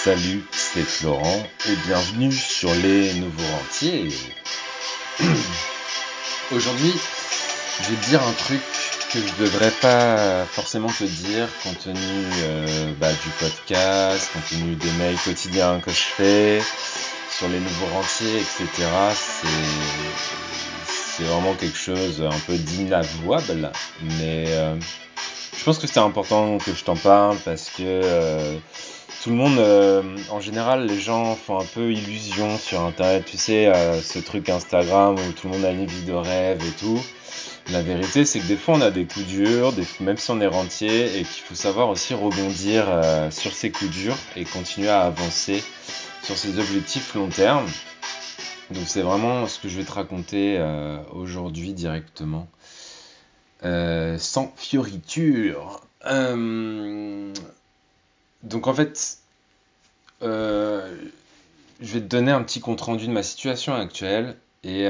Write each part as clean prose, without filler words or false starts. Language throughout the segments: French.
Salut, c'est Florent et bienvenue sur les nouveaux rentiers. Aujourd'hui, je vais te dire un truc que je devrais pas forcément te dire compte tenu du podcast, compte tenu des mails quotidiens que je fais sur les nouveaux rentiers, etc. C'est vraiment quelque chose un peu d'inavouable, mais je pense que c'est important que je t'en parle parce que tout le monde, en général, les gens font un peu illusion sur Internet, tu sais, ce truc Instagram où tout le monde a une vie de rêve et tout. La vérité, c'est que des fois, on a des coups durs, même si on est rentier, et qu'il faut savoir aussi rebondir sur ces coups durs et continuer à avancer sur ses objectifs long terme. Donc, c'est vraiment ce que je vais te raconter aujourd'hui directement, sans fioriture. Donc, en fait, euh, je vais te donner un petit compte-rendu de ma situation actuelle et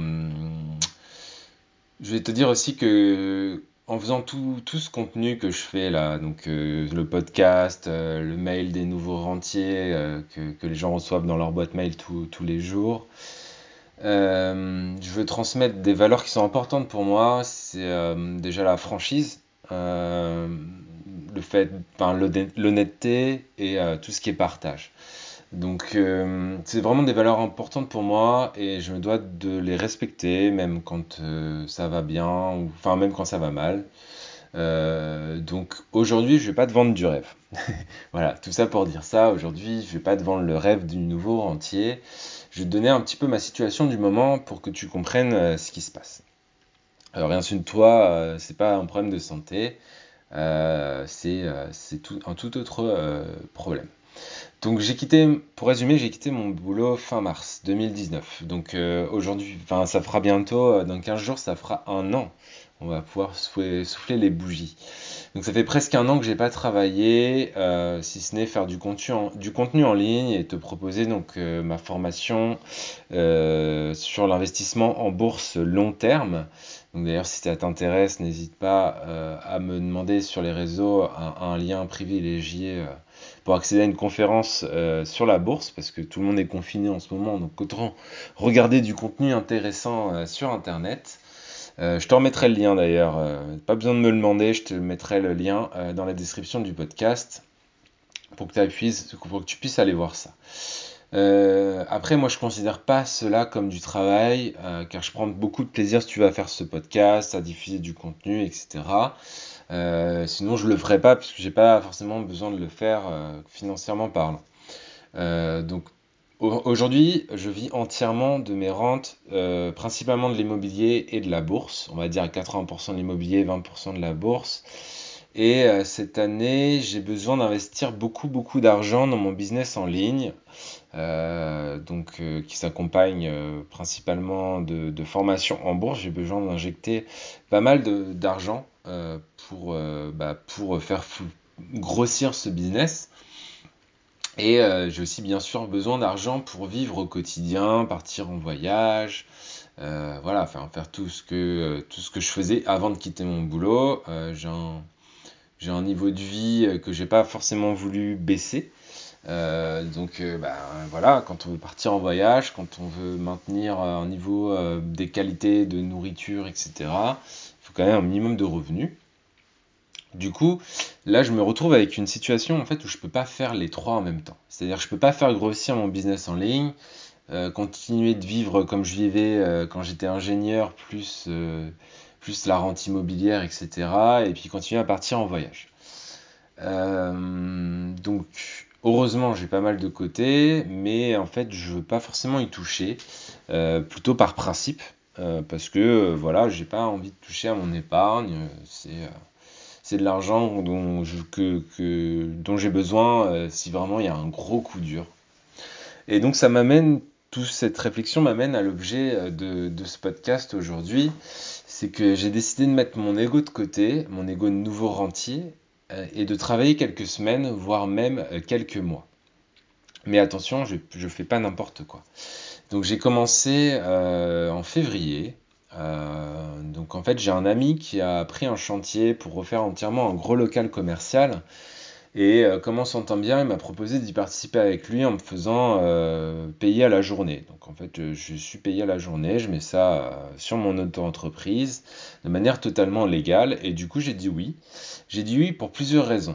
je vais te dire aussi que en faisant tout ce contenu que je fais là, donc le podcast, le mail des nouveaux rentiers que les gens reçoivent dans leur boîte mail tous les jours, je veux transmettre des valeurs qui sont importantes pour moi. C'est déjà la franchise, euh, l'honnêteté et tout ce qui est partage. Donc c'est vraiment des valeurs importantes pour moi et je me dois de les respecter même quand ça va bien, enfin même quand ça va mal. Donc aujourd'hui je vais pas te vendre du rêve. Voilà, tout ça pour dire ça. Aujourd'hui je vais pas te vendre le rêve du nouveau rentier. Je vais te donner un petit peu ma situation du moment pour que tu comprennes ce qui se passe. Alors rien de toi, c'est pas un problème de santé, c'est un tout autre problème. Donc pour résumer, j'ai quitté mon boulot fin mars 2019. Donc aujourd'hui, enfin ça fera bientôt, dans 15 jours, ça fera un an. On va pouvoir souffler les bougies. Donc ça fait presque un an que j'ai pas travaillé, si ce n'est faire du contenu en ligne et te proposer donc ma formation sur l'investissement en bourse long terme. Donc d'ailleurs si ça t'intéresse, n'hésite pas à me demander sur les réseaux un lien privilégié pour accéder à une conférence sur la bourse, parce que tout le monde est confiné en ce moment, donc autant regarder du contenu intéressant sur Internet. Je te remettrai le lien d'ailleurs, pas besoin de me le demander, je te mettrai le lien dans la description du podcast pour que tu puisses aller voir ça. Après, moi, je considère pas cela comme du travail, car je prends beaucoup de plaisir, si tu veux, à faire ce podcast, à diffuser du contenu, etc. Sinon, je le ferais pas, puisque j'ai pas forcément besoin de le faire financièrement parlant. Donc, aujourd'hui, je vis entièrement de mes rentes, principalement de l'immobilier et de la bourse. On va dire à 80% de l'immobilier, 20% de la bourse. Et cette année, j'ai besoin d'investir beaucoup d'argent dans mon business en ligne, qui s'accompagne principalement de formations en bourse. J'ai besoin d'injecter pas mal d'argent pour faire grossir ce business. Et j'ai aussi bien sûr besoin d'argent pour vivre au quotidien, partir en voyage, voilà, faire tout ce que je faisais avant de quitter mon boulot. J'ai un niveau de vie que j'ai pas forcément voulu baisser. Voilà, quand on veut partir en voyage, quand on veut maintenir un niveau des qualités de nourriture, etc., il faut quand même un minimum de revenus. Du coup, là, je me retrouve avec une situation en fait où je peux pas faire les trois en même temps. C'est-à-dire que je peux pas faire grossir mon business en ligne, continuer de vivre comme je vivais quand j'étais ingénieur, plus la rente immobilière, etc. Et puis continuer à partir en voyage. Donc, heureusement, j'ai pas mal de côté, mais en fait, je veux pas forcément y toucher, plutôt par principe, parce que voilà, j'ai pas envie de toucher à mon épargne. C'est de l'argent dont j'ai besoin si vraiment il y a un gros coup dur. Et donc toute cette réflexion m'amène à l'objet de ce podcast aujourd'hui, c'est que j'ai décidé de mettre mon ego de côté, mon ego de nouveau rentier, et de travailler quelques semaines, voire même quelques mois. Mais attention, je fais pas n'importe quoi. Donc j'ai commencé en février. Donc en fait j'ai un ami qui a pris un chantier pour refaire entièrement un gros local commercial Et comme on s'entend bien, il m'a proposé d'y participer avec lui en me faisant payer à la journée. Donc en fait, je suis payé à la journée, je mets ça sur mon auto-entreprise de manière totalement légale. Et du coup, j'ai dit oui. J'ai dit oui pour plusieurs raisons.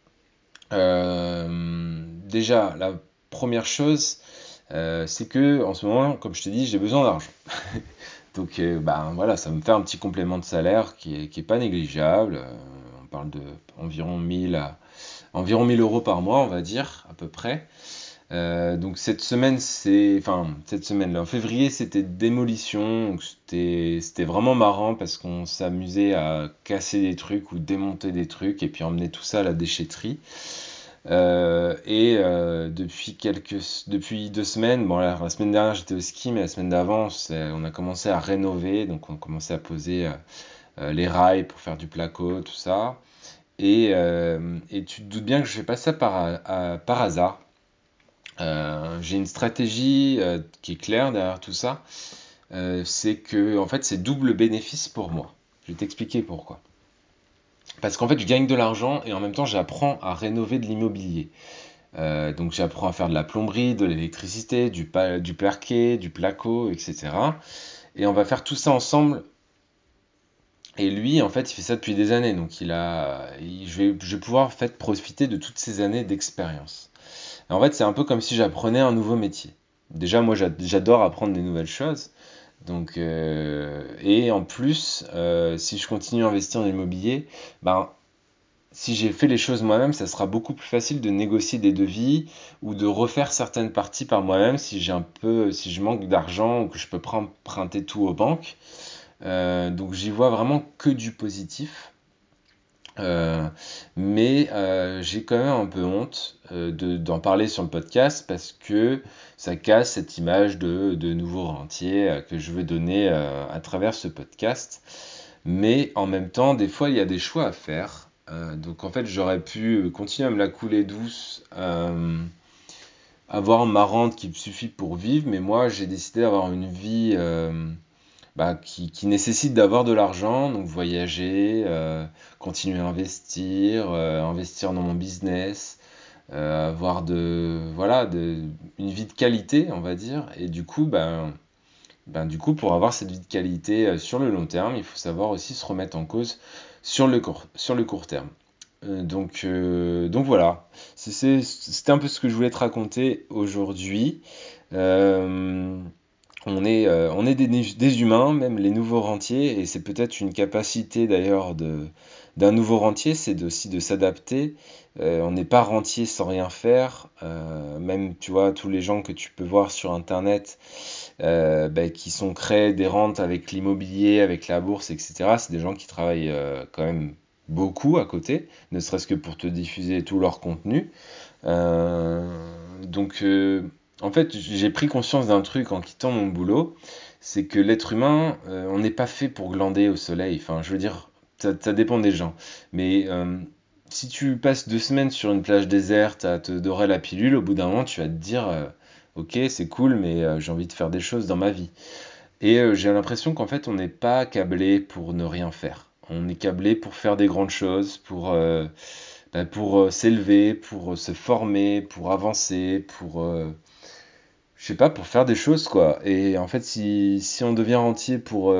Déjà, la première chose, c'est que en ce moment, comme je te dis, j'ai besoin d'argent. Donc ben voilà, ça me fait un petit complément de salaire qui est pas négligeable. On parle de environ 1000 euros par mois, on va dire, à peu près. Donc cette semaine-là, en février, c'était démolition. Donc c'était vraiment marrant parce qu'on s'amusait à casser des trucs ou démonter des trucs et puis emmener tout ça à la déchetterie. Depuis 2 semaines, bon la semaine dernière j'étais au ski, mais la semaine d'avant on a commencé à rénover, donc on a commencé à poser les rails pour faire du placo, tout ça. Et tu te doutes bien que je fais pas ça par hasard. J'ai une stratégie qui est claire derrière tout ça. C'est que en fait c'est double bénéfice pour moi. Je vais t'expliquer pourquoi. Parce qu'en fait je gagne de l'argent et en même temps j'apprends à rénover de l'immobilier. Donc j'apprends à faire de la plomberie, de l'électricité, du parquet, du placo, etc. Et on va faire tout ça ensemble. Et lui, en fait, il fait ça depuis des années. Donc je vais pouvoir en fait profiter de toutes ces années d'expérience. Et en fait, c'est un peu comme si j'apprenais un nouveau métier. Déjà, moi, j'adore apprendre des nouvelles choses. Donc, et en plus, si je continue à investir dans l'immobilier, ben, si j'ai fait les choses moi-même, ça sera beaucoup plus facile de négocier des devis ou de refaire certaines parties par moi-même si je manque d'argent ou que je peux pas emprunter tout aux banques. Donc j'y vois vraiment que du positif. Euh, mais j'ai quand même un peu honte d'en parler sur le podcast parce que ça casse cette image de nouveau rentier que je veux donner à travers ce podcast. Mais en même temps, des fois, il y a des choix à faire. Donc en fait, j'aurais pu continuer à me la couler douce, avoir ma rente qui me suffit pour vivre, mais moi, j'ai décidé d'avoir une vie qui nécessite d'avoir de l'argent, donc voyager, continuer à investir, investir dans mon business, avoir une vie de qualité, on va dire. Et du coup, pour avoir cette vie de qualité sur le long terme, il faut savoir aussi se remettre en cause sur le court terme. Donc voilà, c'était un peu ce que je voulais te raconter aujourd'hui. Euh, on est des humains, même les nouveaux rentiers, et c'est peut-être une capacité d'ailleurs d'un nouveau rentier, aussi de s'adapter. On n'est pas rentier sans rien faire. Même, tu vois, tous les gens que tu peux voir sur Internet qui sont créés des rentes avec l'immobilier, avec la bourse, etc. C'est des gens qui travaillent quand même beaucoup à côté, ne serait-ce que pour te diffuser tout leur contenu. En fait, j'ai pris conscience d'un truc en quittant mon boulot, c'est que l'être humain, on n'est pas fait pour glander au soleil. Enfin, je veux dire, ça dépend des gens. Mais si tu passes 2 semaines sur une plage déserte à te dorer la pilule, au bout d'un moment, tu vas te dire, ok, c'est cool, mais j'ai envie de faire des choses dans ma vie. Et j'ai l'impression qu'en fait, on n'est pas câblé pour ne rien faire. On est câblé pour faire des grandes choses, pour s'élever, pour se former, pour avancer, je sais pas, pour faire des choses, quoi. Et en fait, si on devient rentier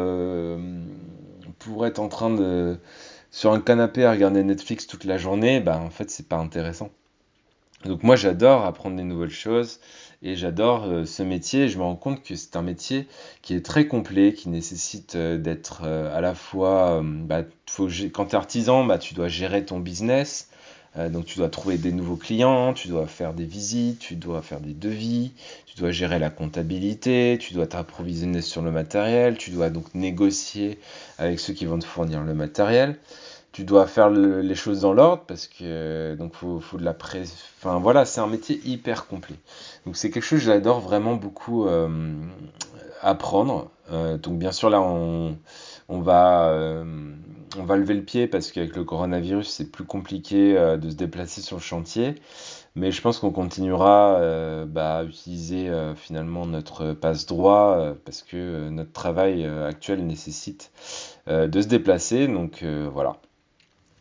pour être en train sur un canapé à regarder Netflix toute la journée, en fait, c'est pas intéressant. Donc moi, j'adore apprendre des nouvelles choses et j'adore ce métier. Je me rends compte que c'est un métier qui est très complet, qui nécessite d'être à la fois, quand tu es artisan, tu dois gérer ton business. Donc tu dois trouver des nouveaux clients, tu dois faire des visites, tu dois faire des devis, tu dois gérer la comptabilité, tu dois t'approvisionner sur le matériel, tu dois donc négocier avec ceux qui vont te fournir le matériel. Tu dois faire les choses dans l'ordre parce que donc faut de la presse. Enfin voilà, c'est un métier hyper complet. Donc c'est quelque chose que j'adore vraiment beaucoup apprendre. Donc bien sûr là on va euh, on va lever le pied parce qu'avec le coronavirus c'est plus compliqué de se déplacer sur le chantier. Mais je pense qu'on continuera à utiliser finalement notre passe-droit parce que notre travail actuel nécessite de se déplacer. Donc voilà.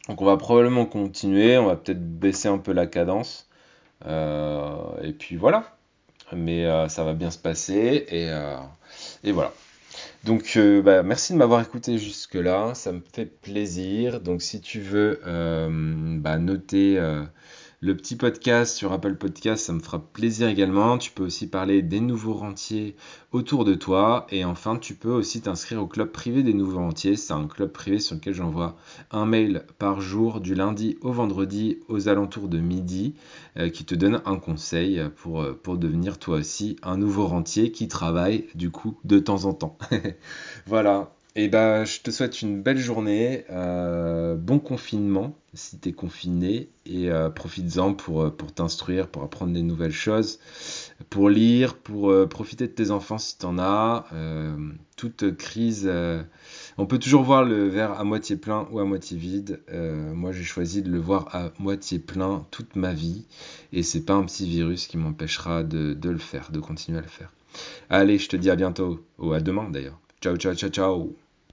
Donc on va probablement continuer, on va peut-être baisser un peu la cadence. Et puis voilà. Mais ça va bien se passer et voilà. Donc bah, merci de m'avoir écouté jusque-là, ça me fait plaisir. Donc si tu veux bah, noter le petit podcast sur Apple Podcast, ça me fera plaisir également. Tu peux aussi parler des nouveaux rentiers autour de toi. Et enfin, tu peux aussi t'inscrire au club privé des nouveaux rentiers. C'est un club privé sur lequel j'envoie un mail par jour du lundi au vendredi aux alentours de midi qui te donne un conseil pour devenir toi aussi un nouveau rentier qui travaille du coup de temps en temps. Voilà. Et ben, je te souhaite une belle journée, bon confinement si t'es confiné, et profites-en pour t'instruire, pour apprendre des nouvelles choses, pour lire, pour profiter de tes enfants si t'en as. Toute crise, on peut toujours voir le verre à moitié plein ou à moitié vide. Moi, j'ai choisi de le voir à moitié plein toute ma vie, et c'est pas un petit virus qui m'empêchera de le faire, de continuer à le faire. Allez, je te dis à bientôt, ou à demain d'ailleurs. Ciao, ciao, ciao, ciao.